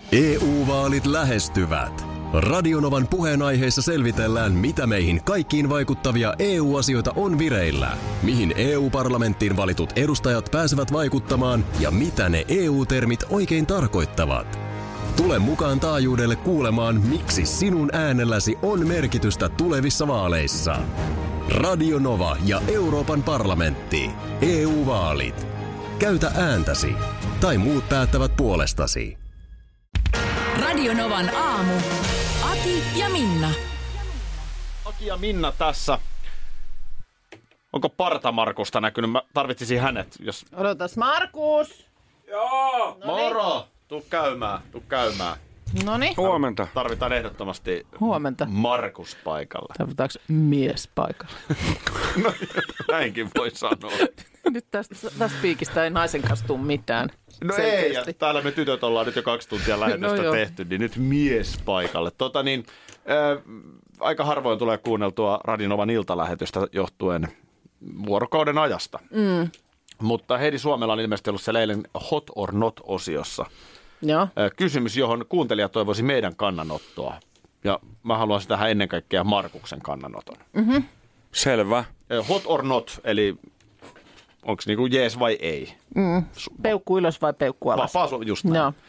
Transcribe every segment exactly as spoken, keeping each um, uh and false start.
E U-vaalit lähestyvät. Radionovan puheenaiheessa selvitellään, mitä meihin kaikkiin vaikuttavia E U-asioita on vireillä, mihin E U-parlamenttiin valitut edustajat pääsevät vaikuttamaan ja mitä ne E U-termit oikein tarkoittavat. Tule mukaan taajuudelle kuulemaan, miksi sinun äänelläsi on merkitystä tulevissa vaaleissa. Radio Nova ja Euroopan parlamentti. E U-vaalit. Käytä ääntäsi. Tai muut päättävät puolestasi. Radio Novan aamu. Aki ja Minna. Aki ja Minna tässä. Onko Parta Markusta näkynyt? Mä tarvitsisin hänet, jos... Odotas, Markus! Joo! Moro! Tuu käymään, tuu käymään. Noniin. Huomenta. Tarvitaan ehdottomasti Huomenta. Markus paikalle. Tarvitaanko mies paikalle? No, näinkin voi sanoa. Nyt tästä, tästä piikistä ei naisen kanssa tule mitään. No selkeästi. ei, ja täällä me tytöt ollaan nyt jo kaksi tuntia lähetystä no tehty, niin nyt mies paikalle. Tota niin, äh, aika harvoin tulee kuunneltua Radio Novan iltalähetystä johtuen vuorokauden ajasta. Mm. Mutta Heidi Suomella on ilmeisesti ollut siellä eilen Hot or Not-osiossa. Joo. Äh, kysymys, johon kuuntelija toivoisi meidän kannanottoa. Ja mä haluan tähän ennen kaikkea Markuksen kannanoton. Mm-hmm. Selvä. Äh, hot or not, eli onko niinku jees vai ei? Mm. Peukku ylös vai peukku alas? Vapaa, just näin. Joo.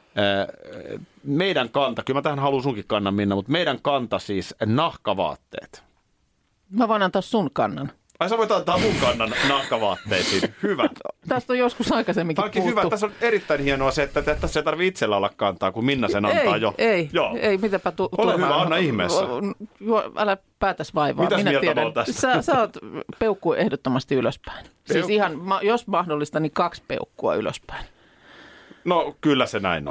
Meidän kanta, kyllä mä tähän haluan sunkin kannan, Minna, mutta meidän kanta siis nahkavaatteet. Mä voin antaa sun kannan. Ai sä voit antaa mun kannan nahkavaatteisiin. Hyvä. Tästä on joskus aikaisemminkin Tämä onkin puhuttu. hyvä. Tässä on erittäin hienoa se, että tässä ei tarvitse itsellä olla kantaa, kun Minna sen antaa ei, jo. Ei, Joo. ei, mitäpä tu- Ole turhaan. hyvä, anna ihmeessä. Juo, älä päätäs vaivaa. Mitäs Minä mieltä tiedän. olet tästä? Sä, sä oot peukku ehdottomasti ylöspäin. Peukku. Siis ihan, jos mahdollista, niin kaksi peukkua ylöspäin. No kyllä se näin on.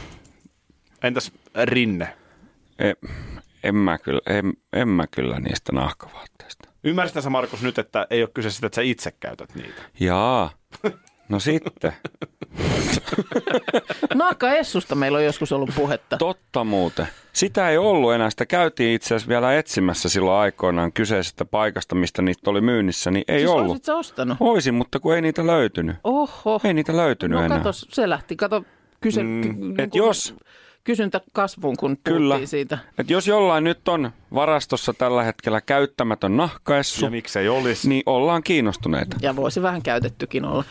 Entäs rinne? En, en, mä kyllä, en, en mä kyllä niistä nahkavaatteista. Ymmärsit sä, Markus, nyt, että ei ole kyse siitä, että sä itse käytät niitä? Jaa, no sitten. Naakkaessusta meillä on joskus ollut puhetta. Totta muuten. Sitä ei ollut enää. Sitä käytiin itse asiassa vielä etsimässä silloin aikoinaan kyseisestä paikasta, mistä niitä oli myynnissä, niin ei siis ollut. Oisit sä ostanut? Oisin, mutta kun ei niitä löytynyt. Oho. Ei niitä löytynyt no, enää. No katos, se lähti. Kato, kysy, Mm, ky- et niin jos... kysyntä kasvuun, kun Kyllä. puhuttiin siitä. Et jos jollain nyt on varastossa tällä hetkellä käyttämätön nahkaessu, Ja miksei olisi? niin ollaan kiinnostuneita. Ja voisi vähän käytettykin olla.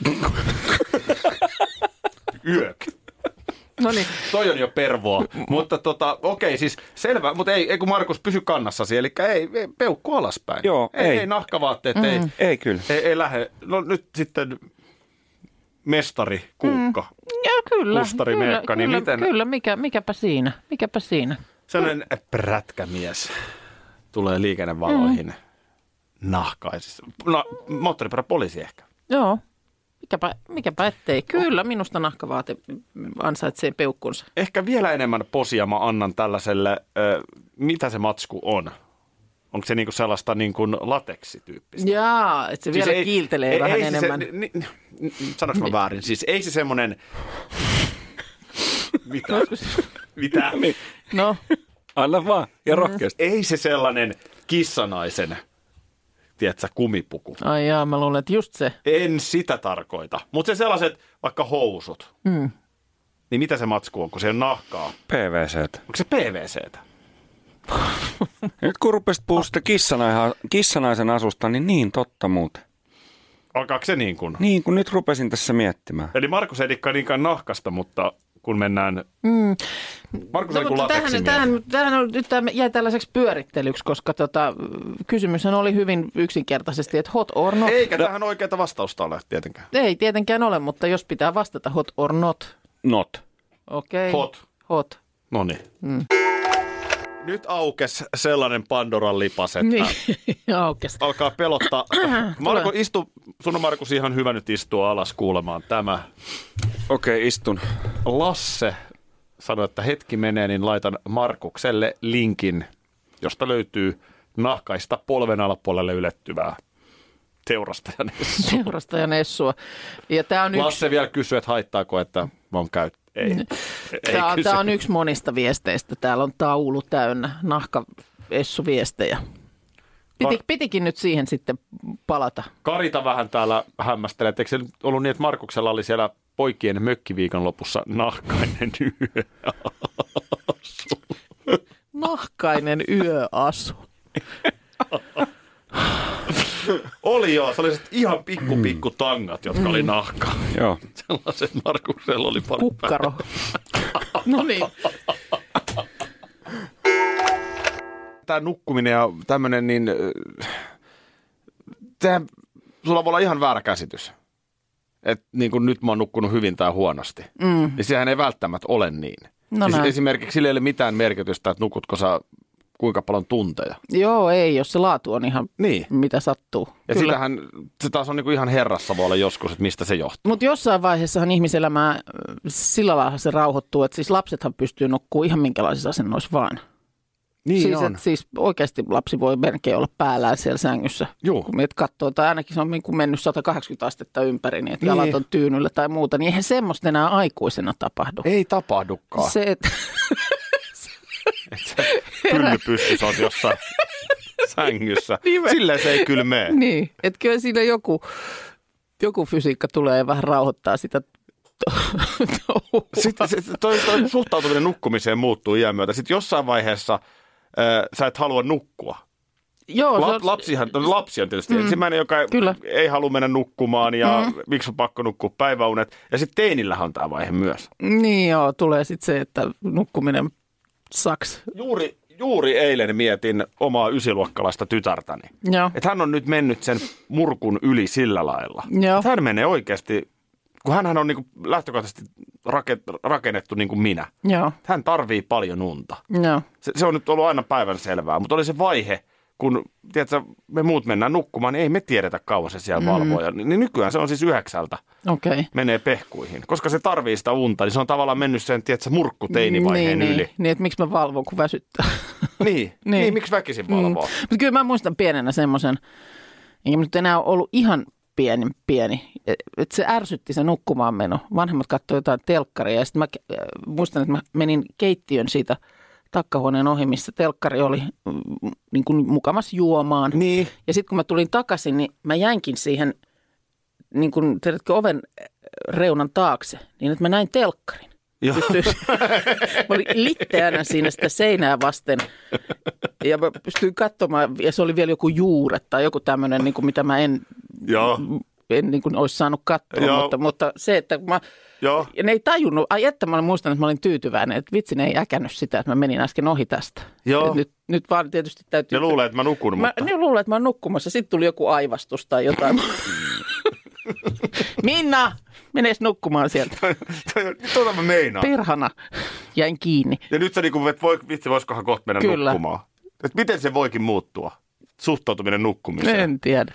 Yök. No niin. Toi on jo pervoa, mutta tota, okei siis selvä, mutta ei, ei kun Markus pysy kannassasi, eli ei, ei peukku alaspäin. Joo, ei. ei. Ei nahkavaatteet, Mm. ei, Ei kyllä. ei, ei lähde. No nyt sitten mestari Kuukka, Ja kyllä. Kustari kyllä, Meekka, niin kyllä, miten? Kyllä, mikä, mikäpä siinä, mikäpä siinä. sellainen prätkämies tulee liikennevaloihin mm. nahkaisissa. No, moottoripyöräpoliisi ehkä. Joo. Mikäpä, mikäpä ettei. Kyllä, minusta nahkavaate ansaitsee peukkunsa. Ehkä vielä enemmän posia mä annan tällaiselle, ö, mitä se matsku on. Onko se niinku sellaista niinku lateksityyppistä? Jaa, että se Siis vielä ei- kiiltelee ei, vähän ei enemmän. Se, ni, ni, ni, sanoinko mä väärin? Siis ei se semmoinen... Mitä? Mitä? No, Anna vaan ja rohkeasti. Ei se sellainen kissanaisen, tiedätkö, kumipuku. ai jaa, mä luulen, että just se. En sitä tarkoita. Mutta se sellaiset vaikka housut. Mm. Niin mitä se matsku on, kun se on nahkaa? P V C:tä. Onko se P V C:tä? Nyt kun rupesit puhua sitä kissanaisen, kissanaisen asusta, niin niin totta muuten. Alkaako se niin kuin? Niin kun nyt rupesin tässä miettimään. Eli Markus ei dikkaa niinkään nahkasta, mutta kun mennään... Mm. Markus No, on niin kuin mutta lateksimies. tämähän, tämähän, tämähän on, nyt tämä jäi tällaiseksi pyörittelyksi, koska tota, kysymyshän oli hyvin yksinkertaisesti, että hot or not. Eikä tähän oikeaa vastausta ole tietenkään. Ei tietenkään ole, mutta jos pitää vastata hot or not. Not. Okei. Hot. Hot. Noniin. Mm. Nyt aukes sellainen Pandoran lipas, että Niin, aukes. alkaa pelottaa. Marko, istu, sun on Markus ihan hyvä nyt istua alas kuulemaan tämä. Okei, istun. Lasse sanoi, että hetki menee, niin laitan Markukselle linkin, josta löytyy nahkaista polven alapuolelle ylettyvää teurastajan essua. Teurastajan essua. Ja tämä on, Lasse yksi, vielä kysyy, että haittaako, että mä oon käyt... Ei, ei tämä, kysy. tämä on yksi monista viesteistä. Täällä on taulu täynnä nahkaessuviestejä. Piti, Mar- pitikin nyt siihen sitten palata. Karita vähän täällä hämmästelee, että eikö se nyt ollut niin, että Markuksella oli siellä poikien mökkiviikon lopussa nahkainen yöasu. Nahkainen yöasu. Oli joo, se oli ihan pikku pikku tangat, jotka mm. oli nahkaa. Joo. Sellaiset Markuksella oli pari. Kukkaro. No niin. Tämä nukkuminen ja tämmöinen, niin tämä, sulla voi olla ihan väärä käsitys. Että niin kuin nyt mä oon nukkunut hyvin tai huonosti. Mm. Niin sehän ei välttämättä ole niin. No siis esimerkiksi sillä ei ole mitään merkitystä, että nukutko sä kuinka paljon tunteja. Joo, ei, jos se laatu on ihan niin. Mitä sattuu. Ja Kyllä. sitähän, se taas on niin kuin ihan herrassa voi olla joskus, että mistä se johtuu. Mutta jossain vaiheessahan ihmiselämää sillä lailla se rauhoittuu, että siis lapsethan pystyy nukkumaan ihan minkälaisissa asennoissa vaan. Niin siis, on. Siis oikeasti lapsi voi melkein olla päällään siellä sängyssä. Joo. Kun meitä katsoo, tai ainakin se on niin kuin mennyt sata kahdeksankymmentä astetta ympäri, niin että niin. jalat on tyynyllä tai muuta, niin eihän semmoista enää aikuisena tapahdu. Ei tapahdukaan. Se, että... että pylly pystyssä on jossain sängyssä. Niin silleen se ei kyllä mene. Niin, että kyllä siinä joku, joku fysiikka tulee ja vähän rauhoittaa sitä touhua. Sitten toi, toi suhtautuminen nukkumiseen muuttuu iän myötä. Sitten jossain vaiheessa äh, sä et halua nukkua. Joo, La, on... lapsihan, lapsi on tietysti mm, ensimmäinen, joka kyllä. ei halua mennä nukkumaan ja mm. miksi on pakko nukkua päiväunet. Ja sitten teinillähän on tämä vaihe myös. Niin joo, tulee sitten se, että nukkuminen saks. Juuri, juuri eilen mietin omaa ysiluokkalaista tytärtäni. Että hän on nyt mennyt sen murkun yli sillä lailla. Että hän menee oikeasti, kun hänhän on niinku lähtökohtaisesti rakennettu niin kuin minä. Joo. Hän tarvii paljon unta. Joo. Se, se on nyt ollut aina päivänselvää, mutta oli se vaihe, kun tiedätkö, me muut mennään nukkumaan, niin ei me tiedetä kauan se siellä mm. valvoo. Ja, niin nykyään se on siis yhdeksältä. Okay. Menee pehkuihin. Koska se tarvii sitä unta, niin se on tavallaan mennyt sen, tiedätkö, murkkuteinivaiheen niin, yli. Niin, niin, että miksi mä valvon, kun väsyttää. niin, niin. niin, miksi väkisin valvoo? Mm. Mutta kyllä mä muistan pienenä semmoisen, enkä nyt enää ollut ihan pieni, pieni. Että se ärsytti se nukkumaan meno. Vanhemmat katsoivat jotain telkkaria ja sitten mä muistan, että mä menin keittiön siitä takkahuoneen ohi, missä telkkari oli mm, niin kuin mukamas juomaan. Niin. Ja sitten kun mä tulin takaisin, niin mä jäinkin siihen niin kuin, tiedätkö, oven reunan taakse, niin että mä näin telkkarin. Pystyin, mä olin litteänä siinä sitä seinää vasten ja mä pystyin katsomaan, ja se oli vielä joku juuret tai joku tämmöinen, niin kuin mitä mä en, en niin kuin olisi saanut katsoa, mutta, mutta se, että mä, ja ne ei tajunnut, ai että mä muistan, että mä olin tyytyväinen, että vitsi ne ei äkännyt sitä, että mä menin äsken ohi tästä. Nyt, nyt vaan tietysti täytyy... Ne luulee, että mä nukun, mä, mutta... Ne luulee, että mä oon nukkumassa, sitten tuli joku aivastus tai jotain. Minna, menes nukkumaan sieltä. Tuota mä meinaan. Perhana. Jäin kiinni. Ja nyt sä niin kuin, että voi, vitsi, voisikohan kohta mennä Kyllä. nukkumaan. Et miten se voikin muuttua? Suhtautuminen nukkumiseen. En tiedä.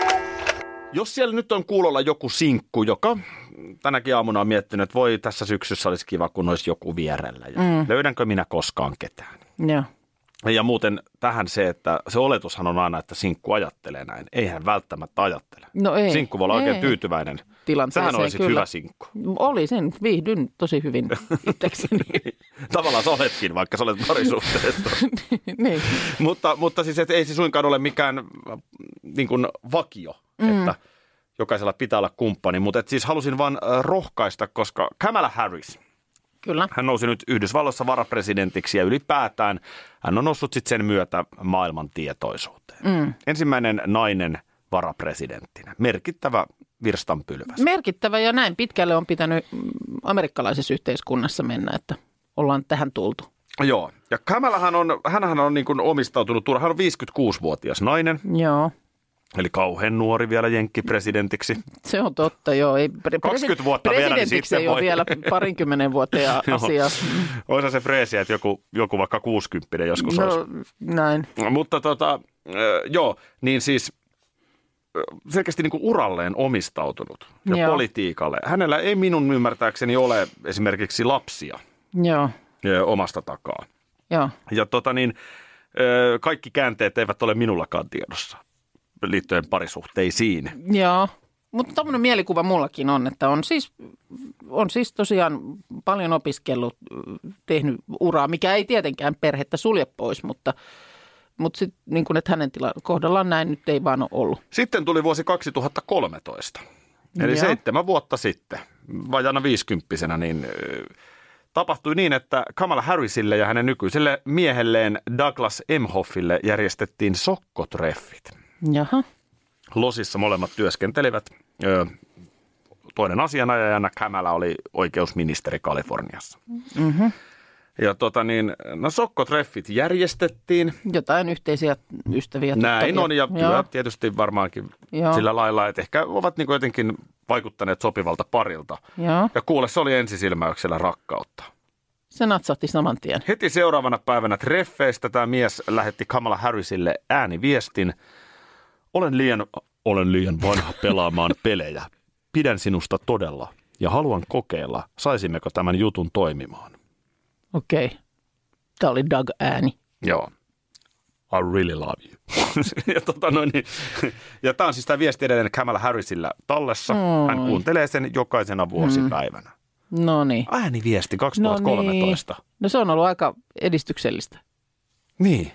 Jos siellä nyt on kuulolla joku sinkku, joka tänäkin aamuna on miettinyt, että voi tässä syksyssä olisi kiva, kun olisi joku vierellä. Ja mm. löydänkö minä koskaan ketään? Joo. Ja muuten tähän se, että se oletushan on aina, että sinkku ajattelee näin. Ei hän välttämättä ajattele. No ei. Sinkku voi olla oikein ei. tyytyväinen. Tilanteeseen, sähän olisit kyllä. hyvä sinkku. Olisin, viihdyn tosi hyvin itsekseni. Tavallaan sä oletkin, vaikka sä olet parisuhteessa. niin. mutta, mutta siis et ei se suinkaan ole mikään niin kuin vakio, mm. että jokaisella pitää olla kumppani. Mutta et siis halusin vaan rohkaista, koska Kamala Harris, Kyllä. hän nousi nyt Yhdysvalloissa varapresidentiksi ja ylipäätään hän on noussut sitten sen myötä maailman tietoisuuteen. Mm. Ensimmäinen nainen varapresidenttinä. Merkittävä virstanpylväs. Merkittävä ja näin pitkälle on pitänyt amerikkalaisessa yhteiskunnassa mennä, että ollaan tähän tultu. Joo. Ja Kamalahan on, hänhän on niin kuin omistautunut, hän on viisikymmentäkuusivuotias nainen. Joo. Eli kauhean nuori vielä jenkkipresidentiksi. Se on totta, joo. Ei, pre- kaksikymmentä vuotta vielä, niin sitten ei voi. Ole vielä parinkymmenen vuoteen asia. Olisi se freesiä, että joku, joku vaikka kuusikymppinen joskus no, olisi. Näin. Mutta tota, joo, niin siis selkeästi niin kuin uralleen omistautunut ja joo. politiikalle. Hänellä ei minun ymmärtääkseni ole esimerkiksi lapsia joo. omasta takaa. Joo. Ja tota niin, kaikki käänteet eivät ole minullakaan tiedossa liittyen parisuhteisiin. Joo, mutta tämmöinen mielikuva mullakin on, että on siis, on siis tosiaan paljon opiskellut, tehnyt uraa, mikä ei tietenkään perhettä sulje pois, mutta, mutta sitten niin kuin, että hänen tila, kohdallaan näin nyt ei vaan ole ollut. Sitten tuli vuosi kaksituhattakolmetoista, eli Joo. seitsemän vuotta sitten. vajana viisikymppisenä, niin tapahtui niin, että Kamala Harrisille ja hänen nykyiselle miehelleen Douglas Emhoffille järjestettiin sokkotreffit. Jaha. Losissa molemmat työskentelivät. Toinen asianajajana Kamala oli oikeusministeri Kaliforniassa. Mm-hmm. Ja tota niin, no sokkotreffit järjestettiin. Jotain yhteisiä ystäviä. Näin on, ja työ tietysti varmaankin Joo. sillä lailla, että ehkä ovat niin jotenkin vaikuttaneet sopivalta parilta. Joo. Ja kuule, se oli ensisilmäyksellä rakkautta. Se natsahti saman tien. Heti seuraavana päivänä treffeistä tämä mies lähetti Kamala Harrisille ääniviestin. Olen liian, olen liian vanha pelaamaan pelejä. Pidän sinusta todella ja haluan kokeilla, saisimmeko tämän jutun toimimaan. Okei. Okay. Tämä oli Doug-ääni. Joo. I really love you. ja, tota noin, niin, ja tämä on siis tämä viesti edelleen Kamala Harrisillä tallessa. Oi. Hän kuuntelee sen jokaisena vuosipäivänä. Mm. No niin. Ääniviesti kaksituhattakolmetoista. No, niin. No se on ollut aika edistyksellistä. Niin.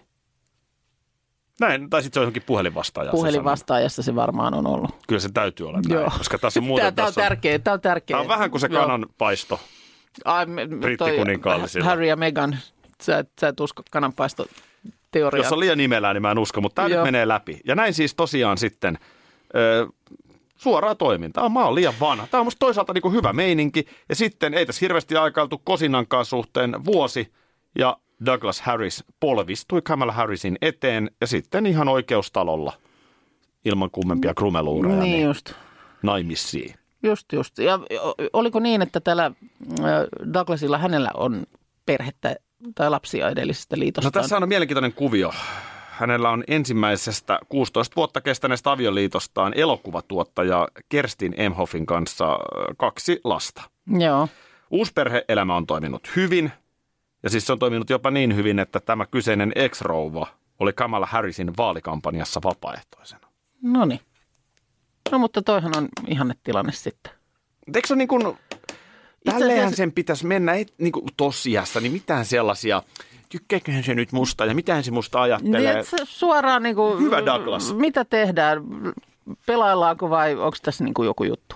Näin, tai sitten se on johonkin puhelinvastaajassa. Puhelinvastaajassa se varmaan on ollut. Kyllä se täytyy olla näin, Joo. koska tässä on muuten... Tämä on tärkeä, tämä on tärkeä. Tämä on vähän kuin se kananpaisto brittikuningaallisilla. Harry ja Meghan, sä, sä et usko kananpaistoteoriaa. Jos on liian nimellään, niin mä en usko, mutta tämä nyt menee läpi. Ja näin siis tosiaan sitten ö, suoraa toimintaa. Mä oon liian vanha. Tämä on musta toisaalta niin kuin hyvä meininki. Ja sitten ei tässä hirveästi aikailtu Kosinankaan suhteen vuosi ja Douglas Harris polvistui Kamala Harrisin eteen ja sitten ihan oikeustalolla ilman kummempia krumeluureja niin just. naimissiin. Just, just. Ja oliko niin, että tällä Douglasilla hänellä on perhettä tai lapsia edellisestä liitostaan? No tässä on mielenkiintoinen kuvio. Hänellä on ensimmäisestä kuusitoista vuotta kestäneestä avioliitostaan elokuvatuottaja Kerstin Emhoffin kanssa kaksi lasta. Joo. Uusperhe-elämä on toiminut hyvin. Ja siis se on toiminut jopa niin hyvin, että tämä kyseinen ex-rouva oli Kamala Harrisin vaalikampanjassa vapaaehtoisena. No niin. No mutta toihan on ihannetilanne sitten. Eikö se ole niin kuin, tälleenhän sen pitäisi mennä niin kuin tosiassa, niin mitään sellaisia, tykkääköhän se nyt musta ja mitään se musta ajattelee. Niin, suoraan niin kuin, hyvä Douglas. Mitä tehdään? Pelaillaanko vai onko tässä niin kuin joku juttu?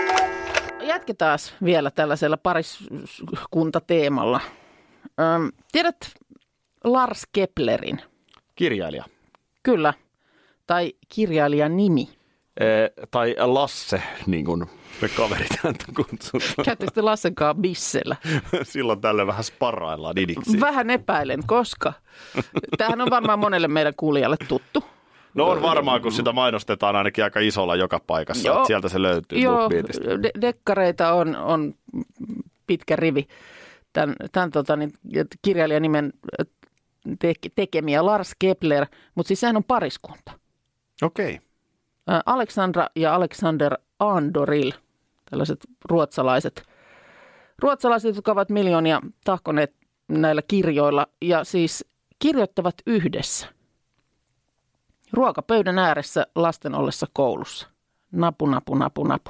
Jatketaan vielä tällaisella pariskuntateemalla. Öm, tiedät Lars Keplerin? Kirjailija. Kyllä. Tai kirjailijan nimi. E, tai Lasse, niin kuin me kaverit häntä kutsutaan. Käytte Lassenkaan bissellä. Silloin tälle vähän sparraillaan idiksi. Vähän epäilen, koska tämähän on varmaan monelle meidän kuulijalle tuttu. No on varmaan, kun sitä mainostetaan ainakin aika isolla joka paikassa. Joo, sieltä se löytyy. Joo, de- dekkareita on, on pitkä rivi. Tämän, tämän tota, niin, kirjailijan nimen te- tekemiä Lars Kepler, mutta siis sehän on pariskunta. Okei. Okay. Alexandra ja Alexander Andoril, tällaiset ruotsalaiset, ruotsalaiset, jotka ovat miljoonia tahkoneet näillä kirjoilla ja siis kirjoittavat yhdessä. Ruokapöydän ääressä lasten ollessa koulussa. Napu, napu, napu, napu.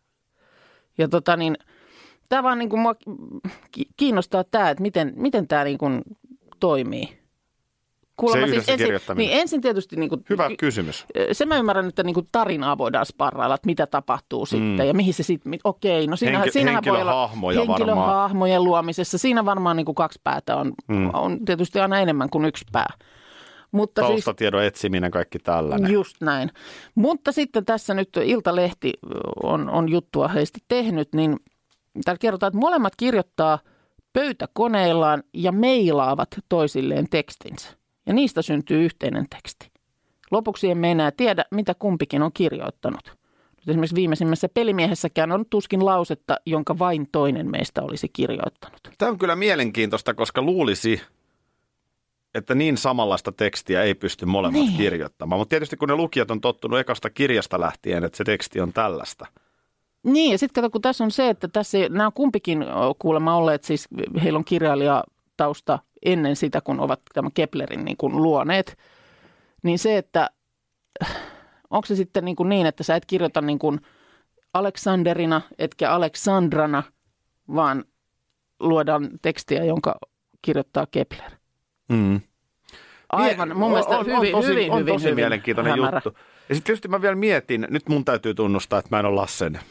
Ja tota niin, tämä vaan niin kuin mua kiinnostaa tämä, että miten, miten tämä niin kuin toimii. Kuulemma se siis ensin, niin ensin tietysti... Niin kuin, hyvä kysymys. Se mä ymmärrän, että niin kuin tarinaa voidaan sparrailla, että mitä tapahtuu mm. sitten ja mihin se sitten... Okei, no siinä, Henki, siinähän voi olla henkilöhahmojen luomisessa. Siinä varmaan niin kuin kaksi päätä on, mm. on tietysti aina enemmän kuin yksi pää. Mutta taustatiedon siis, etsiminen, kaikki tällainen. Just näin. Mutta sitten tässä nyt Iltalehti on, on juttua heistä tehnyt, niin täällä kerrotaan, että molemmat kirjoittaa pöytäkoneillaan ja meilaavat toisilleen tekstinsä. Ja niistä syntyy yhteinen teksti. Lopuksi emme enää tiedä, mitä kumpikin on kirjoittanut. Nyt esimerkiksi viimeisimmässä Pelimiehessäkään on tuskin lausetta, jonka vain toinen meistä olisi kirjoittanut. Tämä on kyllä mielenkiintoista, koska luulisi, että niin samanlaista tekstiä ei pysty molemmat niin kirjoittamaan. Mutta tietysti kun ne lukijat on tottunut ekasta kirjasta lähtien, että se teksti on tällaista. Niin, ja sitten kato, kun tässä on se, että tässä nämä on kumpikin kuulemma olleet, siis heillä on kirjailijatausta ennen sitä, kun ovat tämän Keplerin niin kuin luoneet, niin se, että onko se sitten niin, kuin niin että sä et kirjoita niin kuin Aleksanderina etkä Aleksandrana, vaan luodaan tekstiä, jonka kirjoittaa Kepler. Mm. Aivan, mun mielestä on, hyvin, on tosi, hyvin, on hyvin, tosi hyvin mielenkiintoinen hämärä juttu. Ja sitten tietysti mä vielä mietin, nyt mun täytyy tunnustaa, että mä en ole Lassen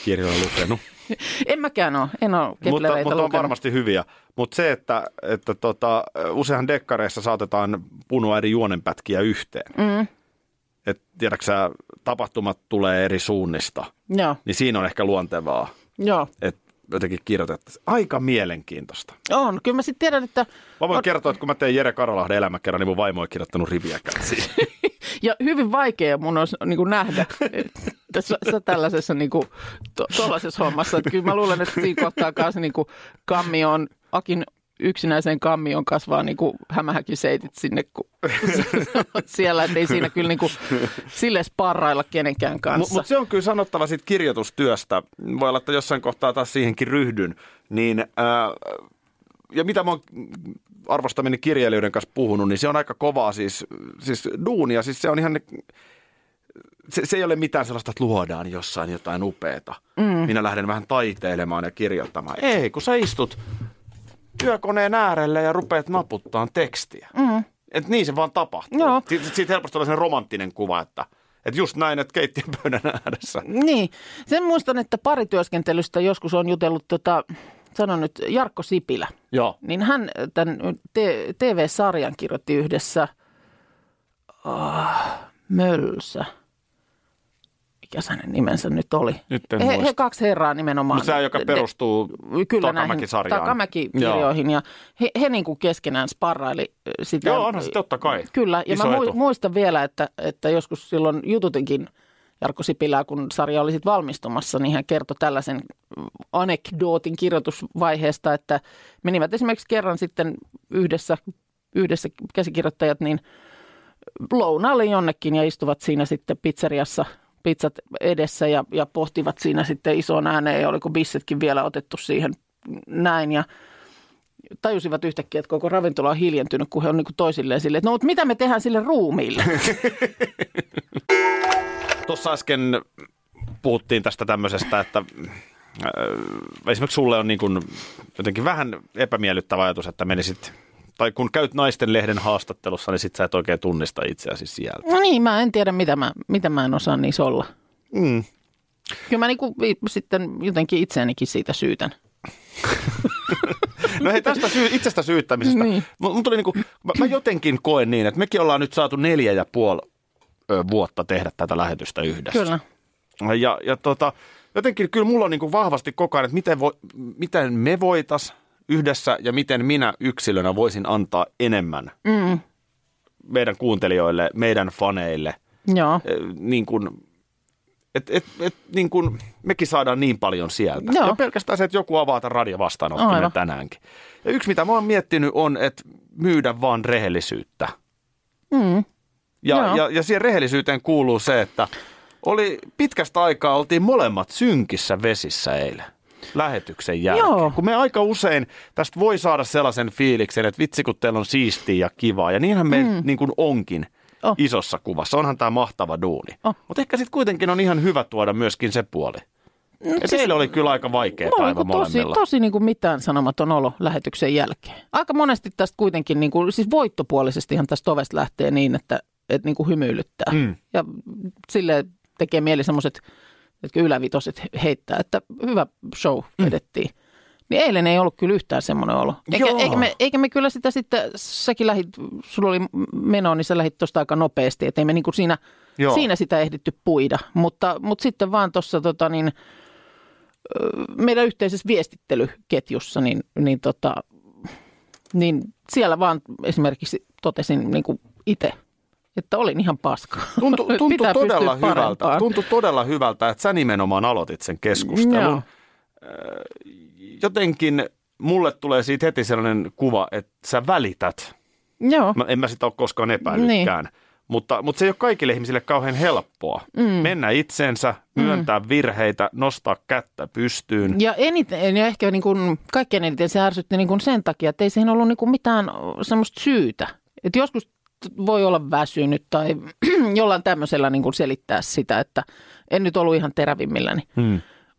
kirjoja lukenut. En mäkään ole, en ole Mutta, Kettlereitä mutta on lukenut. varmasti hyviä. Mutta se, että, että tota, useinhan dekkareissa saatetaan punua eri juonenpätkiä yhteen. Mm. Että tiedäksä, tapahtumat tulee eri suunnista. Joo, Niin siinä on ehkä luontevaa, joo. että jotenkin kirjoitettaisiin. Aika mielenkiintoista. On. Kyllä mä sitten tiedän, että... Mä voin on... kertoa, että kun mä tein Jere Karolahden elämäkerran, niin mun vaimo ei kirjoittanut riviäkään siihen. Ja hyvin vaikea mun olisi niin kuin nähdä, että sä, sä tällaisessa niin kuin, to, tollaisessa hommassa. Että kyllä mä luulen, että siinä kohtaa kanssa niin kuin kammion, Akin yksinäiseen kammioon kasvaa niin kuin hämähäkiseitit sinne, kun siellä, että ei siinä kyllä niin kuin sille sparrailla kenenkään kanssa. Mutta mut se on kyllä sanottava siitä kirjoitustyöstä. Voi olla, että jossain kohtaa taas siihenkin ryhdyn. Niin, ää, ja mitä mä oon arvostaminen kirjailijoiden kanssa puhunut, niin se on aika kovaa siis, siis duunia. Siis se on ihan... Se, se ei ole mitään sellaista, että luodaan jossain jotain upeata. Mm. Minä lähden vähän taiteilemaan ja kirjoittamaan. Ei, kun sä istut työkoneen äärelle ja rupeat naputtaan tekstiä. Mm. Että niin se vaan tapahtuu. Joo. Siitä, siitä helposti tulee sellainen romanttinen kuva, että, että just näin, että keittiön pöydän ääressä. Niin. Sen muistan, että parityöskentelystä joskus on jutellut, tota, sanon nyt, Jarkko Sipilä. Joo. Niin hän tämän T V-sarjan kirjoitti yhdessä oh, Mölsä. Mikäs hänen nimensä nyt oli? Nyt en he, muista. he kaksi herraa nimenomaan. Mutta se, joka perustuu Kyllä Takamäki-sarjaan. Takamäki-kirjoihin. Ja he, he niin kuin keskenään sparraili sitä. Joo, onhan se totta kai. Kyllä, ja Iso mä etu. muistan vielä, että, että joskus silloin jututinkin Jarkko Sipilää, kun sarja oli sitten valmistumassa, niin hän kertoi tällaisen anekdootin kirjoitusvaiheesta, että menivät esimerkiksi kerran sitten yhdessä, yhdessä käsikirjoittajat niin lounaalle jonnekin ja istuvat siinä sitten pizzeriassa pizzat edessä ja, ja pohtivat siinä sitten isoon ääneen ja oliko bissetkin vielä otettu siihen näin ja tajusivat yhtäkkiä, että koko ravintola on hiljentynyt, kun he on niin kuin toisilleen silleen, että no mutta mitä me tehdään sille ruumiille? Tuossa äsken puhuttiin tästä tämmöisestä, että äh, esimerkiksi sulle on niin kuin jotenkin vähän epämiellyttävä ajatus, että menisit, tai kun käyt naisten lehden haastattelussa, niin sit sä et oikein tunnista itseäsi sieltä. No niin, mä en tiedä, mitä mä, mitä mä en osaa niissä olla. Mm. Kyllä mä niin kuin sitten jotenkin itseänikin siitä syytän. No hei, tästä syy, itsestä syyttämisestä. Niin. Mun tuli niin kuin, mä, mä jotenkin koen niin, että mekin ollaan nyt saatu neljä ja puoli ö, vuotta tehdä tätä lähetystä yhdessä. Kyllä. Ja, ja tota, jotenkin kyllä mulla on niin kuin vahvasti koko ajan, että miten, vo, miten me voitais yhdessä ja miten minä yksilönä voisin antaa enemmän Mm. meidän kuuntelijoille, meidän faneille. Joo. E, niin kuin, et, et, et, niin kuin mekin saadaan niin paljon sieltä. Joo. Ja pelkästään se, että joku avaa tämän radiovastaanottimen Aivan. tänäänkin. Ja yksi, mitä mä oon miettinyt, on, että myydä vaan rehellisyyttä. Mm. Ja, Joo. ja, ja siihen rehellisyyteen kuuluu se, että oli pitkästä aikaa oltiin molemmat synkissä vesissä eilen lähetyksen jälkeen. Joo. Kun me aika usein tästä voi saada sellaisen fiiliksen, että vitsi kun teillä on siistiä ja kivaa. Ja niinhän me mm. niin kuin onkin Oh. isossa kuvassa. Onhan tämä mahtava duuni. Oh. Mutta ehkä sitten kuitenkin on ihan hyvä tuoda myöskin se puoli. No, Ja teille oli kyllä aika vaikea mulla oli päivä niinku tosi, molemmilla. tosi niin kuin mitään sanomaton olo lähetyksen jälkeen. Aika monesti tästä kuitenkin, niin kuin, siis voittopuolisestihan tästä ovesta lähtee niin, että, että niin kuin hymyilyttää. Mm. Ja sille tekee mieli semmoiset, että ylävitoset heittää, että hyvä show vedettiin. Mm. Niin eilen ei ollut kyllä yhtään semmoinen olo. Eikä, Joo. eikä, me, eikä me kyllä sitä sitten, säkin lähit, sulla oli meno, niin sä lähit tuosta aika nopeasti, että ei me niin kuin siinä, siinä sitä ehditty puida. Mutta, mutta sitten vaan tuossa tota niin, meidän yhteisessä viestittelyketjussa, niin, niin, tota, niin siellä vaan esimerkiksi totesin niin kuin itse, että olin ihan paska. Tuntui, tuntui, Pitää todella pystyä hyvältä, parempaan. tuntui todella hyvältä, että sä nimenomaan aloitit sen keskustelun. Joo. Jotenkin mulle tulee siitä heti sellainen kuva, että sä välität. Joo. Mä, en mä sitä ole koskaan epäillytkään. Niin. Mutta, mutta se ei ole kaikille ihmisille kauhean helppoa. Mm. Mennä itsensä, myöntää mm. virheitä, nostaa kättä pystyyn. Ja eniten, ja ehkä niin kuin, kaikkein eniten se ärsytti niin kuin sen takia, että ei siihen ollut niin kuin mitään semmoista syytä. Että joskus voi olla väsynyt tai jollain tämmöisellä niin kuin selittää sitä, että en nyt ollut ihan terävimmilläni. Mm.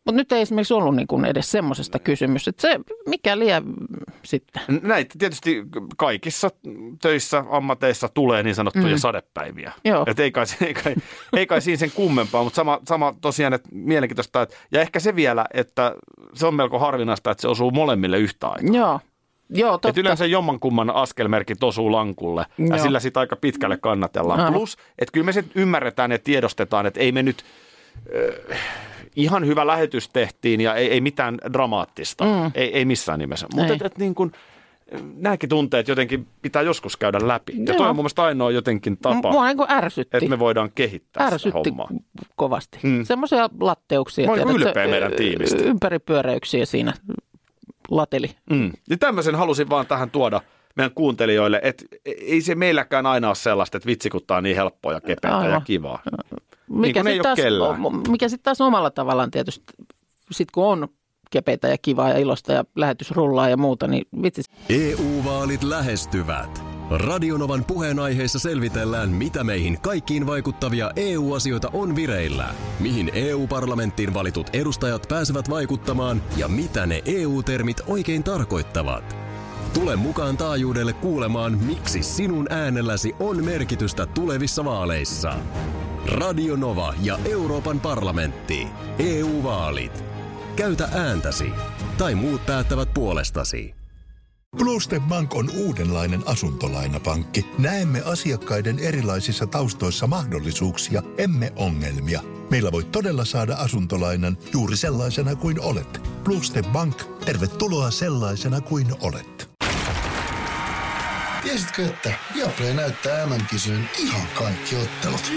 Mutta nyt ei esimerkiksi ollut niin kuin edes semmoisesta kysymys, että se mikä liian sitten. Näitä tietysti kaikissa töissä, ammateissa tulee niin sanottuja mm. sadepäiviä. Että ei kai, ei, kai, ei kai siinä sen kummempaa, mutta sama, sama tosiaan, että mielenkiintoista. Että, ja ehkä se vielä, että se on melko harvinaista, että se osuu molemmille yhtä aikaa. Joo. Joo, totta. Että yleensä jommankumman askelmerkit osuu lankulle ja Joo. sillä sitten aika pitkälle kannatellaan. Aha. Plus, että kyllä me sen ymmärretään ja tiedostetaan, että ei me nyt äh, ihan hyvä lähetys tehtiin ja ei, ei mitään dramaattista, mm. ei, ei missään nimessä. Mutta et, et niin kuin, nämäkin tunteet jotenkin pitää joskus käydä läpi. Joo. Ja toi on mun mielestä ainoa jotenkin tapa, mua niin kuin ärsytti. Että me voidaan kehittää ärsytti sitä hommaa. Kovasti. Mm. Semmoisia latteuksia. Mä oon ylpeä meidän tiimistä. Ympäripyöräyksiä siinä lateli. Mm. Ja tämmöisen halusin vaan tähän tuoda meidän kuuntelijoille, että ei se meilläkään aina ole sellaista, että vitsi kun tää on niin helppoa ja kepeätä ja kivaa. Mikä niin sitten taas, taas omalla tavallaan tietysti, sit kun on kepeätä ja kivaa ja ilosta ja lähetys rullaa ja muuta, niin vitsi. E U-vaalit lähestyvät. Radionovan puheenaiheessa selvitellään, mitä meihin kaikkiin vaikuttavia E U-asioita on vireillä, mihin E U-parlamenttiin valitut edustajat pääsevät vaikuttamaan ja mitä ne E U-termit oikein tarkoittavat. Tule mukaan taajuudelle kuulemaan, miksi sinun äänelläsi on merkitystä tulevissa vaaleissa. Radio Nova ja Euroopan parlamentti. E U-vaalit. Käytä ääntäsi. Tai muut päättävät puolestasi. Bluestep Bank on uudenlainen asuntolainapankki. Näemme asiakkaiden erilaisissa taustoissa mahdollisuuksia, emme ongelmia. Meillä voi todella saada asuntolainan juuri sellaisena kuin olet. Bluestep Bank, tervetuloa sellaisena kuin olet. Tiesitkö, että Viaplay näyttää M M-kisojen ihan kaikki ottelut?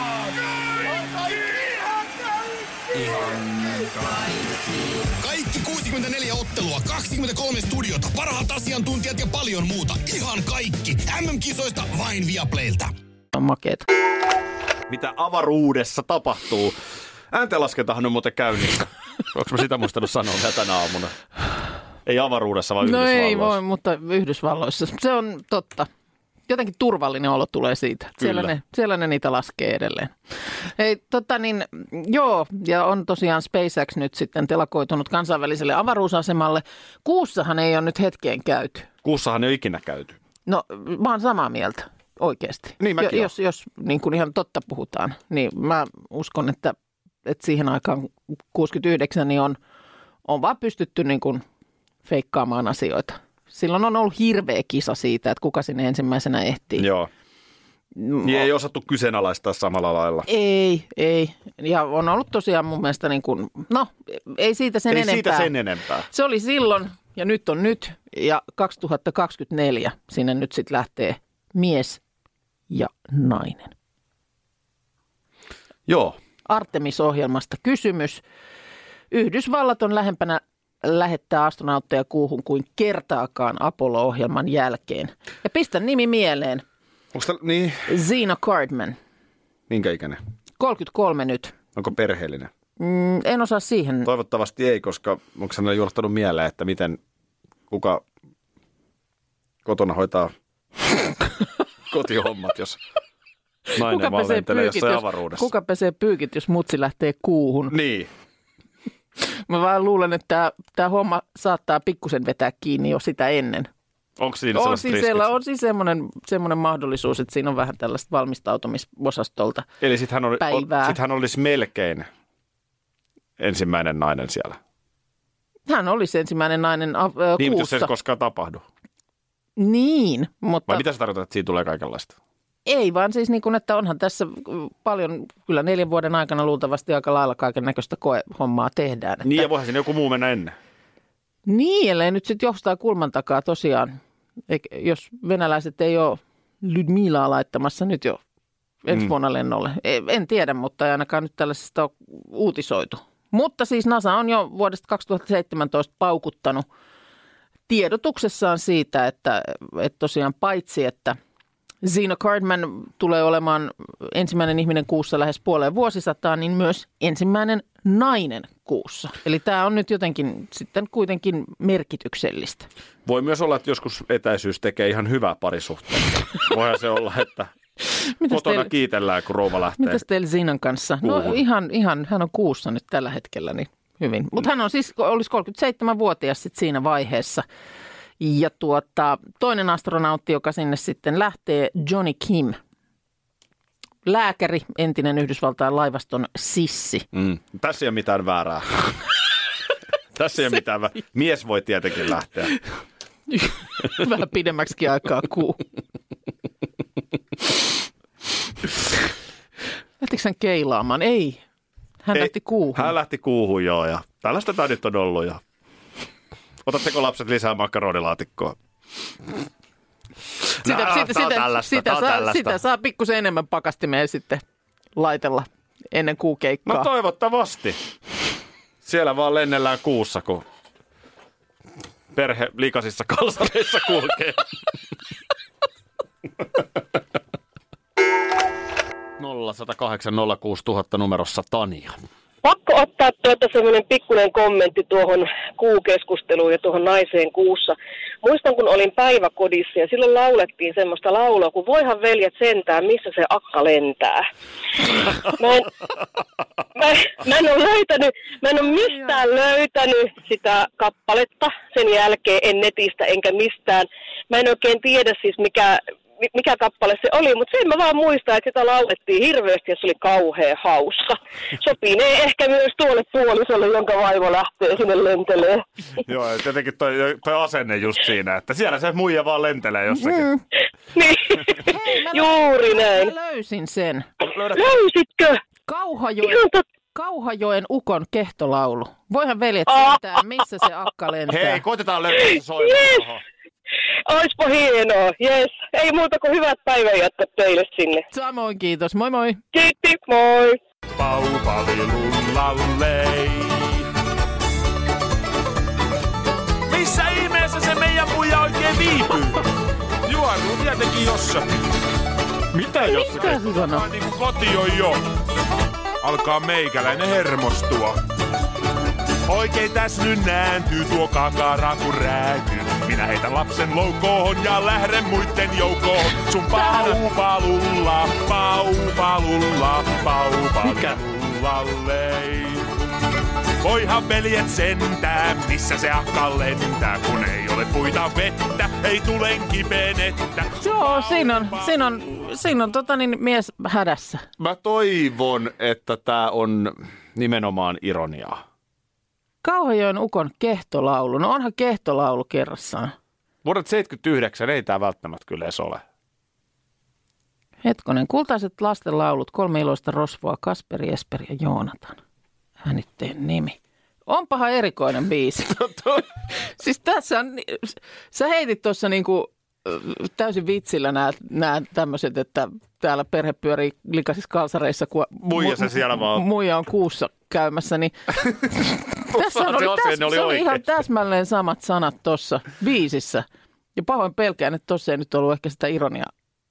Kaikki kuusikymmentäneljä ottelua, kaksikymmentäkolme studiota, parhaat asiantuntijat ja paljon muuta. Ihan kaikki. M M-kisoista vain Viaplaylta. Makeeta. Mitä avaruudessa tapahtuu? Ääntenlaskentahan on muuten käynnissä. Onko mä sitä muistanut sanoa tänä aamuna? Ei avaruudessa, vaan no Yhdysvalloissa. No ei voi, mutta Yhdysvalloissa. Se on totta. Jotenkin turvallinen olo tulee siitä. Siellä ne, siellä ne niitä laskee edelleen. Hei, tota niin, joo, ja on tosiaan SpaceX nyt sitten telakoitunut kansainväliselle avaruusasemalle. Kuussahan ei ole nyt hetkeen käyty. Kuussahan ei ole ikinä käyty. No, mä oon samaa mieltä, oikeasti. Niin mäkin jo, jos, jos niin kuin ihan totta puhutaan, niin mä uskon, että, että siihen aikaan kuusikymmentäyhdeksän niin on, on vaan pystytty niin kuin feikkaamaan asioita. Silloin on ollut hirveä kisa siitä, että kuka sinne ensimmäisenä ehtii. Joo. Niin ei osattu kyseenalaistaa samalla lailla. Ei, ei. Ja on ollut tosiaan mun mielestä niin kuin, no ei siitä sen ei enempää. Ei siitä sen enempää. Se oli silloin ja nyt on nyt ja kaksituhattakaksikymmentäneljä sinne nyt sitten lähtee mies ja nainen. Joo. Artemis-ohjelmasta kysymys. Yhdysvallat on lähempänä lähettää astronautteja kuuhun kuin kertaakaan Apollo-ohjelman jälkeen. Ja pistä nimi mieleen. Onko tämä, niin? Gina Cartman. Minkä ikäinen? kolmekymmentäkolme nyt. Onko perheellinen? Mm, en osaa siihen. Toivottavasti ei, koska onko hänelle juolahtanut mieleen, että miten, kuka kotona hoitaa kotihommat, jos nainen vaan lentelee jossain avaruudessa. Kuka pesee pyykit, jos mutsi lähtee kuuhun? Niin. Mä vaan luulen, että tämä homma saattaa pikkusen vetää kiinni jo sitä ennen. Onko siinä on siis, siellä, on siis semmoinen, semmoinen mahdollisuus, että siinä on vähän tällaista valmistautumisosastolta Eli sitten hän, oli, sit hän olisi melkein ensimmäinen nainen siellä. Hän olisi ensimmäinen nainen äh, kuussa. Niin, mutta jos se ei koskaan tapahdu. Niin, mutta... Vai mitä se tarkoittaa, että siinä tulee kaikenlaista? Ei, vaan siis niin kuin, että onhan tässä paljon, kyllä neljän vuoden aikana luultavasti aika lailla kaiken näköistä koehommaa tehdään. Että... Niin, ja voihan siinä joku muu mennä ennen. Niin, ellei nyt sitten jostain kulman takaa tosiaan, eikä, jos venäläiset ei ole Lydmilaa laittamassa nyt jo ensi vuonna mm. lennolle. En tiedä, mutta ei ainakaan nyt tällaisesta ole uutisoitu. Mutta siis NASA on jo vuodesta kaksituhattaseitsemäntoista paukuttanut tiedotuksessaan siitä, että, että tosiaan paitsi, että Gina Cartman tulee olemaan ensimmäinen ihminen kuussa lähes puoleen vuosisataan, niin myös ensimmäinen nainen kuussa. Eli tämä on nyt jotenkin sitten kuitenkin merkityksellistä. Voi myös olla, että joskus etäisyys tekee ihan hyvää parisuhteessa. Voihan se olla, että kotona teille, kiitellään, kun rouva lähtee. Mitäs teillä Ginan kanssa? Kuuhun. No ihan, ihan, hän on kuussa nyt tällä hetkellä, niin hyvin. Mutta hän on siis, olisi kolmekymmentäseitsemänvuotias sit siinä vaiheessa. Ja tuota, toinen astronautti, joka sinne sitten lähtee, Johnny Kim. Lääkäri, entinen Yhdysvaltain laivaston sissi. Mm. Tässä ei ole mitään väärää. Tässä ei ole mitään väärää. Mies voi tietenkin lähteä. Vähän pidemmäksikin aikaa kuu. Lähtikö hän keilaamaan? Ei. Hän ei, lähti kuuhun. Hän lähti kuuhun, joo. Ja tällaista tämä nyt on ollut. Ja... Otatteko lapset lisää makaronilaatikkoa? Sitä, no, sitä, sitä, sitä, saa, sitä saa pikkusen enemmän pakastimeen sitten laitella ennen kuukeikkaa. No toivottavasti. Siellä vaan lennellään kuussa, kun perhe likaisissa kalsareissa kulkee. nolla yksi nolla kahdeksan nolla kuusi nolla nolla nolla numerossa Tania. Pakko ottaa tuota semmoinen pikkuinen kommentti tuohon kuukeskusteluun ja tuohon naiseen kuussa. Muistan, kun olin päiväkodissa ja silloin laulettiin semmoista laulua, kun voihan veljet sentään, missä se akka lentää. Mä en, mä, mä en ole löytänyt, mä en ole mistään löytänyt sitä kappaletta sen jälkeen, en netistä enkä mistään. Mä en oikein tiedä siis mikä... mikä kappale se oli, mutta sen mä vaan muistan, että sitä laulettiin hirveästi ja se oli kauhean hauska. Sopinee ehkä myös tuolle puolisolle, jonka vaimo lähtee sinne lentelee. Joo, ja tietenkin toi, toi asenne just siinä, että siellä se muija vaan lentelee jossakin. Mm. Niin, hei, juuri näin. Mä löysin sen. Löydät... Löysitkö? Kauhajoen, Kauhajoen ukon kehtolaulu. Voihan veljet sentää, missä se akka lentää. Hei, koitetaan löytää se soimaan. Yes. Oispa hienoa, jes. Ei muuta kuin hyvät päivänjatkot teille sinne. Samoin, kiitos. Moi moi. Kiitti, moi. Paupalilulallei. Missä ihmeessä se meidän muija oikein viipyy? Juonuu tietenkin jossakin. Mitä jossakin? Mitä se sanoo? Niin kuin koti on jo. Alkaa meikäläinen hermostua. Oikein tässä nyt nääntyy tuo kakara kun räätyy. Minä heitän lapsen loukoon ja lähden muitten joukkoon. Sun paupalulla, paupalulla, paupalillallei. Voihan veljet sentää, missä se akka lentää. Kun ei ole puita vettä, ei tulen kipenettä. Joo, siinä on, siinä on, siinä on tota niin, mies hädässä. Mä toivon, että tää on nimenomaan ironiaa. Kauhajoen ukon kehtolaulu. No onhan kehtolaulu kerrassaan. Vuodet seitsemänkymmentäyhdeksän ei tää välttämättä kyllä edes ole. Hetkonen, kultaiset lastenlaulut, kolme iloista rosvoa, Kasperi, Esperi ja Joonatan. Hännitteen nimi. Onpahan erikoinen biisi. Siis tässä on, sä heitit tuossa niinku täysin vitsillä nämä, nämä tämmöiset, että täällä perhe pyörii likaisissa kalsareissa, kun muija, se siellä vaan. muija on kuussa käymässä, niin tässä on, oli, täs, oli, oli ihan täsmälleen samat sanat tuossa biisissä. Ja pahoin pelkään, että tuossa ei nyt ollut ehkä sitä ironiaa.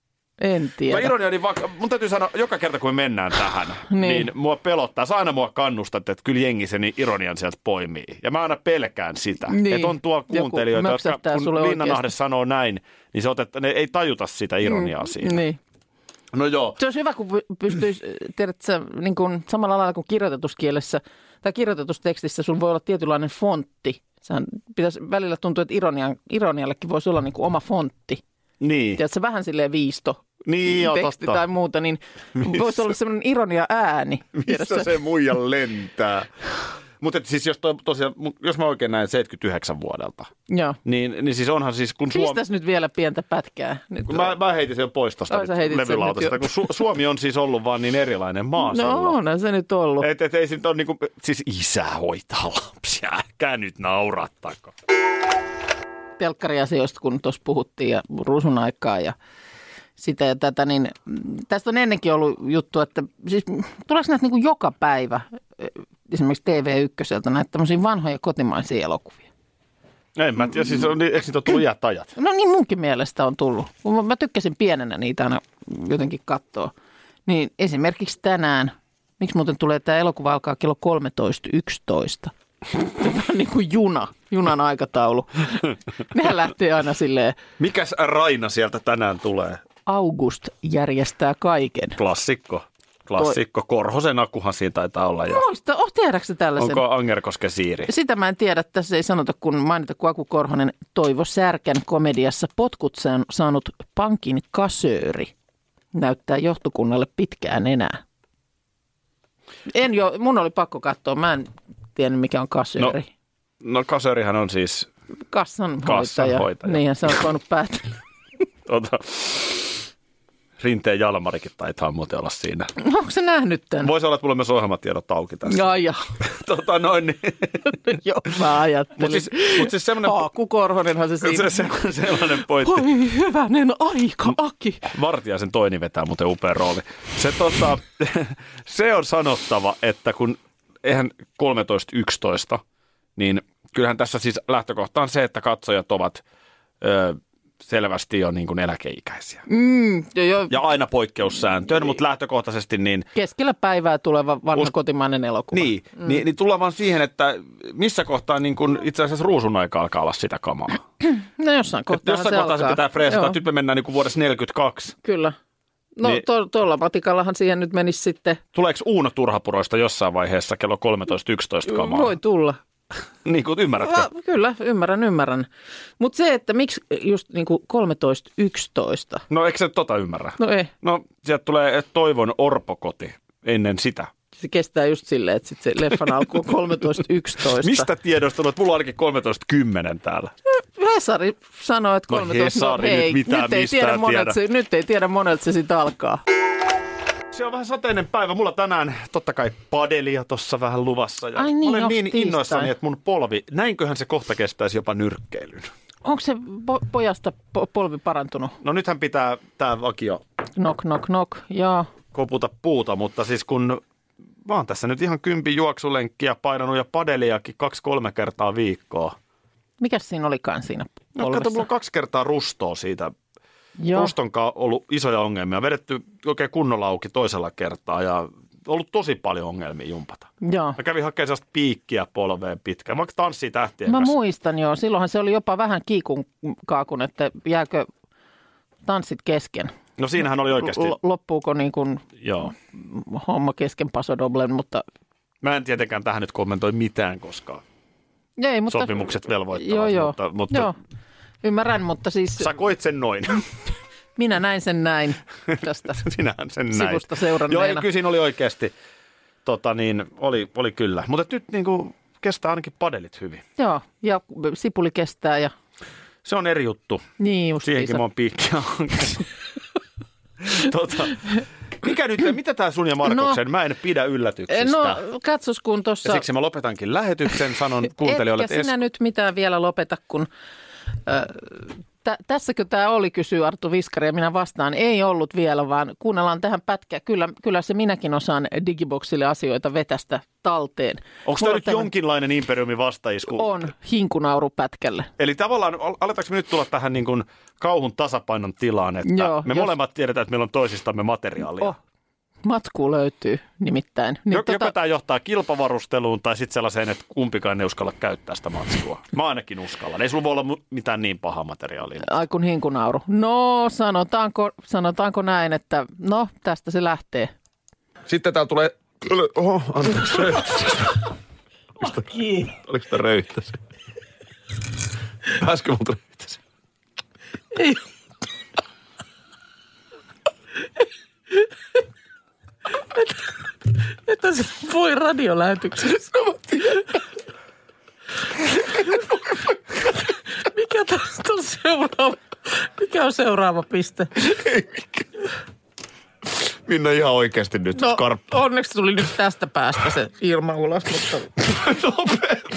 En tiedä. Mä ironia, niin vaikka, mun täytyy sanoa, joka kerta kun me mennään tähän, niin, niin mua pelottaa. Sä aina mua kannustat, että kyllä jengi sen ironian sieltä poimii. Ja mä aina pelkään sitä. Niin. Että on tuolla kuuntelijoita, jotka kun Linnanahde sanoo näin, niin se otet, ne ei tajuta sitä ironiaa mm, siinä. Niin. No joo. Se olisi hyvä, kun pystyisi, tiedätkö, niin kuin samalla lailla kuin kirjoituskielessä tai kirjoitustekstissä sun voi olla tietynlainen fontti. Sehän pitäisi välillä tuntua, että ironian, ironiallekin voisi olla niin kuin oma fontti. Niin. Tiedätkö, vähän silleen viisto. Niin, joo, teksti totta. tai muuta, niin voisi olla semmoinen ironia ääni. Missä tiedätkö? se muija lentää? Mutta siis jos, to, tosiaan, jos mä oikein näin seitsemänkymmentäyhdeksän vuodelta, niin, niin siis onhan siis... kun Suomi... Pistäs nyt vielä pientä pätkää. Nyt mä, mä heitin sen pois tuosta levylautasesta, kun Su- Suomi on siis ollut vaan niin erilainen maa. No on se nyt ollut. Että et, ei se nyt ole niinku, siis isä hoitaa lapsia, äkää nyt naurattako. Telkkariasioista, kun tuossa puhuttiin ja ruusun aikaa ja sitä ja tätä, niin tästä on ennenkin ollut juttu, että siis tuleeko näitä niin kuin joka päivä esimerkiksi T V ykköseltä näitä tämmöisiä vanhoja kotimaisia elokuvia? En mä tiedä, siis on, eikö niitä ole tullut iät ajat? No niin munkin mielestä on tullut. Mä tykkäsin pienenä niitä aina jotenkin katsoa. Niin esimerkiksi tänään, miksi muuten tulee tämä elokuva alkaa kello kolmetoista yksitoista? Niin kuin juna, junan aikataulu. Nehän lähtee aina silleen. Mikäs Raina sieltä tänään tulee? August järjestää kaiken. Klassikko. Klassikko. Korhosen akuhan siinä taitaa olla. Ja... Muista, oh, tiedätkö tällaisen? Onko Angerkosken Siiri? Sitä mä en tiedä. Tässä ei sanota, kun mainita, kun Aku Korhonen Toivo Särkän komediassa Potkut saanut pankin kasööri näyttää johtokunnalle pitkään enää. En jo, mun oli pakko katsoa. Mä en tiedä, mikä on kasööri. No, no kasöörihän on siis... Kassanhoitaja. Kassanhoitaja. Niinhän se on voinut päätellä. Tota... Rinteen Jalmarikin taitaa muuten olla siinä. Onko se nähnyt tämän? Voisi olla, että mulla on myös ohjelmatiedot auki tässä. Jaa, jaa. tota noin niin. Joo, mä ajattelin. Mutta siis, mut siis semmoinen... Aku Korhonenhan se siinä. Se, se, sellainen pointti. Oi hyvänen aika, Aki. Vartiaisen Toini vetää muuten upea rooli. Se, tota, se on sanottava, että kun eihän kolmetoista yksitoista, niin kyllähän tässä siis lähtökohta on se, että katsojat ovat... Ö, selvästi jo niin kuin eläkeikäisiä. Mm, jo, jo. Ja aina poikkeussääntöön, mutta lähtökohtaisesti niin... Keskellä päivää tuleva vanha us... kotimainen elokuva. Niin, mm. niin, niin tullaan vaan siihen, että missä kohtaa niin kuin itse asiassa ruusun aika alkaa olla sitä kamaa. No jossain kohtaa jossain se kohtaa alkaa. se pitää freesata, että nyt me mennään niin kuin vuodessa neljäkymmentäkaksi. Kyllä. No niin, tuolla matikallahan siihen nyt menisi sitten... Tuleeko Uuno Turhapuroista jossain vaiheessa kello kolmetoista yksitoista kamaa? Voi tulla. Niin kuin ymmärrätkö? Va, kyllä, ymmärrän, ymmärrän. Mutta se, että miksi just niin kuin kolmetoista yksitoista? No eikö se tota ymmärrä? No ei. No sieltä tulee Toivon orpokoti ennen sitä. Se kestää just silleen, että sit se leffan alku on kolmetoista yksitoista. Mistä tiedosta? Mulla on ainakin kolmetoista kymmenen täällä. Hesari sanoo, että kolmetoista... No Hesari no, hei, nyt mitään nyt ei tiedä. Monelta se, nyt ei tiedä monelta se sitten alkaa. Se on vähän sateinen päivä. Mulla tänään totta kai padelia tuossa vähän luvassa. Ja Ai niin, olen niin tiistai. innoissani, että mun polvi, näinköhän se kohta kestäisi jopa nyrkkeilyn. Onko se po- pojasta po- polvi parantunut? No nythän pitää tää vakio knock, knock, knock, jaa. koputa puuta, mutta siis kun mä oon tässä nyt ihan kympi juoksulenkkiä painanut ja padeliakin kaksi-kolme kertaa viikkoa. Mikäs siinä olikaan siinä polvessa? No kato, mulla on kaksi kertaa rustoa siitä. Joo. Rustonkaan ollut isoja ongelmia. Vedetty oikein kunnolla auki toisella kertaa ja ollut tosi paljon ongelmia jumpata. Joo. Mä kävin hakemaan sellaista piikkiä polveen pitkään. Vaikka tanssii tähtien Mä kanssa. muistan joo. Silloinhan se oli jopa vähän kiikun kaakun, että jääkö tanssit kesken. No siinähän oli oikeasti. L- loppuuko niin kuin joo. homma kesken pasodoblen, mutta... Mä en tietenkään tähän nyt kommentoi mitään, koska Ei, mutta... sopimukset velvoittavat. Joo, joo. Mutta, mutta... joo. Ymmärrän, mutta siis... Sä koit sen noin. Minä näin sen näin tästä Sinähän sen näin. sivusta seuranneena. Joo, kyllä siinä oli oikeasti, tota niin, oli, oli kyllä. Mutta nyt niin kuin kestää ainakin padelit hyvin. Joo, ja sipuli kestää ja... Se on eri juttu. Niin just. Siihenkin mä oon piikkiä tota, mikä nyt, mitä tää sun ja Markoksen? No, mä en pidä yllätyksistä. No, katsos kun tossa... Ja siksi mä lopetankin lähetyksen, sanon kuuntelijoille, että... Etkä sinä es... nyt mitään vielä lopeta, kun... Äh, tä, tässäkö tämä oli, kysyy Arttu Viskari, ja minä vastaan, ei ollut vielä, vaan kuunnellaan tähän pätkää. Kyllä, kyllä se minäkin osaan Digiboxille asioita vetästä talteen. Onko tämä nyt tämän... jonkinlainen imperiumin vastaisku? On, hinkunauru pätkälle. Eli tavallaan, aletaanko me nyt tulla tähän niin kuin kauhun tasapainon tilaan, että Joo, me jos... molemmat tiedetään, että meillä on toisistamme materiaalia? Oh. Matskuu löytyy nimittäin. Niin joko tota... tämä johtaa kilpavarusteluun tai sitten sellaiseen, että kumpikaan ei uskalla käyttää sitä matskua. Mä ainakin uskallan. Ei sulla voi olla mitään niin pahaa materiaalia. Ai kun hinkunauru. No sanotaanko, sanotaanko näin, että no tästä se lähtee. Sitten täällä tulee... Oho, anteeksi. Oliko sitä röyhtäsi? Pääskö multa röyhtäsi? Ei. Että se voi radiolähetyksessä. Mikä tästä on seuraava? Mikä on seuraava piste? Ei mikään. Minna ihan oikeasti nyt. No Skarp... onneksi tuli nyt tästä päästä se ilma ulos, mutta... Nopeeta.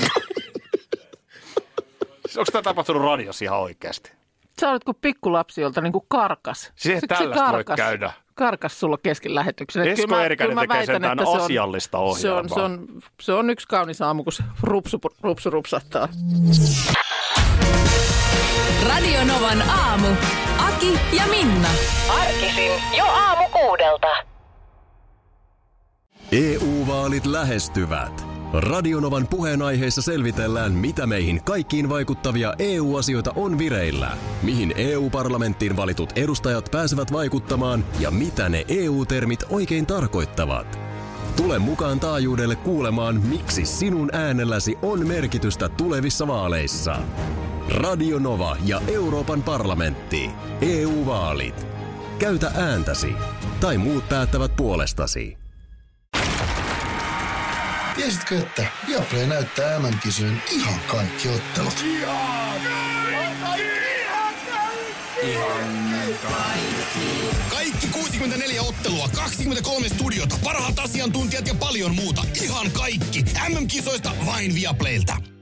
Onko tämä tapahtunut radiossa ihan oikeasti? Sä olet kuin pikkulapsi, jolta niin kuin karkas. Siis se, tällaista se voi käydä. Karkas sulla kesken lähetyksen. Esko Eerikäinen tekee sentään asiallista ohjelmaa. Se on, se, on, se on yksi kaunis aamu, kun se rupsu, rupsu rupsahtaa. Radio Novan aamu. Aki ja Minna. Arkisin jo aamu kuudelta. E U-vaalit lähestyvät. Radionovan puheenaiheessa selvitellään, mitä meihin kaikkiin vaikuttavia E U-asioita on vireillä, mihin E U-parlamenttiin valitut edustajat pääsevät vaikuttamaan ja mitä ne E U-termit oikein tarkoittavat. Tule mukaan taajuudelle kuulemaan, miksi sinun äänelläsi on merkitystä tulevissa vaaleissa. Radio Nova ja Euroopan parlamentti. E U-vaalit. Käytä ääntäsi. Tai muut päättävät puolestasi. Tiesitkö, että Viaplay näyttää M M-kisojen ihan kaikki ottelut? Ihan kaikki! Ihan kaikki! Kaikki kuusikymmentäneljä ottelua, kaksikymmentäkolme studiota, parhaat asiantuntijat ja paljon muuta. Ihan kaikki! M M-kisoista vain Viaplaylta.